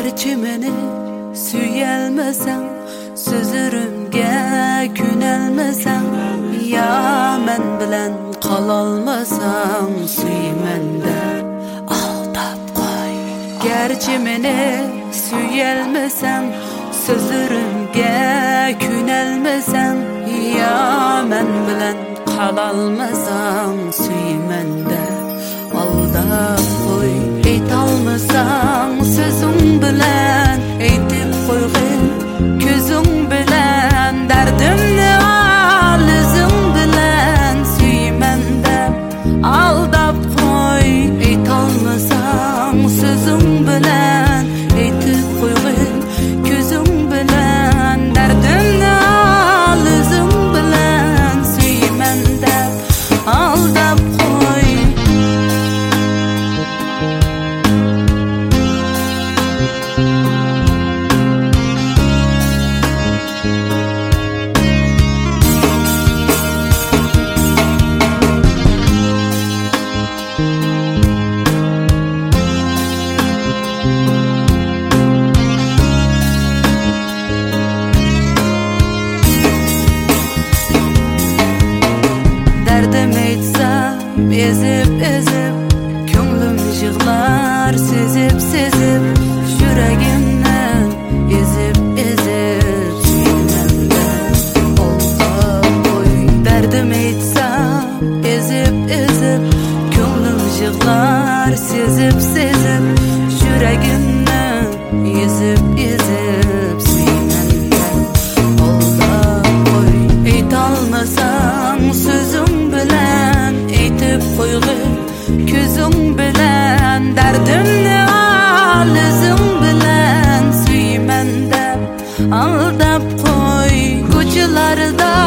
Gerçi meni süyelmesen, sözürümge künelmesen, ya men bilen kalalmasan, süymende aldap koy. Gerçi meni süyelmesen, sözürümge künelmesen, ya men bilen kalalmasan, süymende aldap koy. Eytalmasan sözün bilen, eytip koygin közün bilen, derdimni al özün bilen, süymende aldap koy. Eytalmasan sözün bilen, eytip koygin közün bilen, derdimni al özün bilen, süymende aldap koy. Derdim eytsem ezip ezip, könglim yığlar sezip sezip, yüreğimden ezip ezip, süymende aldap koy. Derdim eytsem ezip ezip, könglim yığlar sezip sezip, yüreğimden ezip ezip, süymende aldap koy. Eytalmasan sözüm bilen, eytip koygin közün bilen, derdimni al özün bilen, süymende aldap koy. Koçularda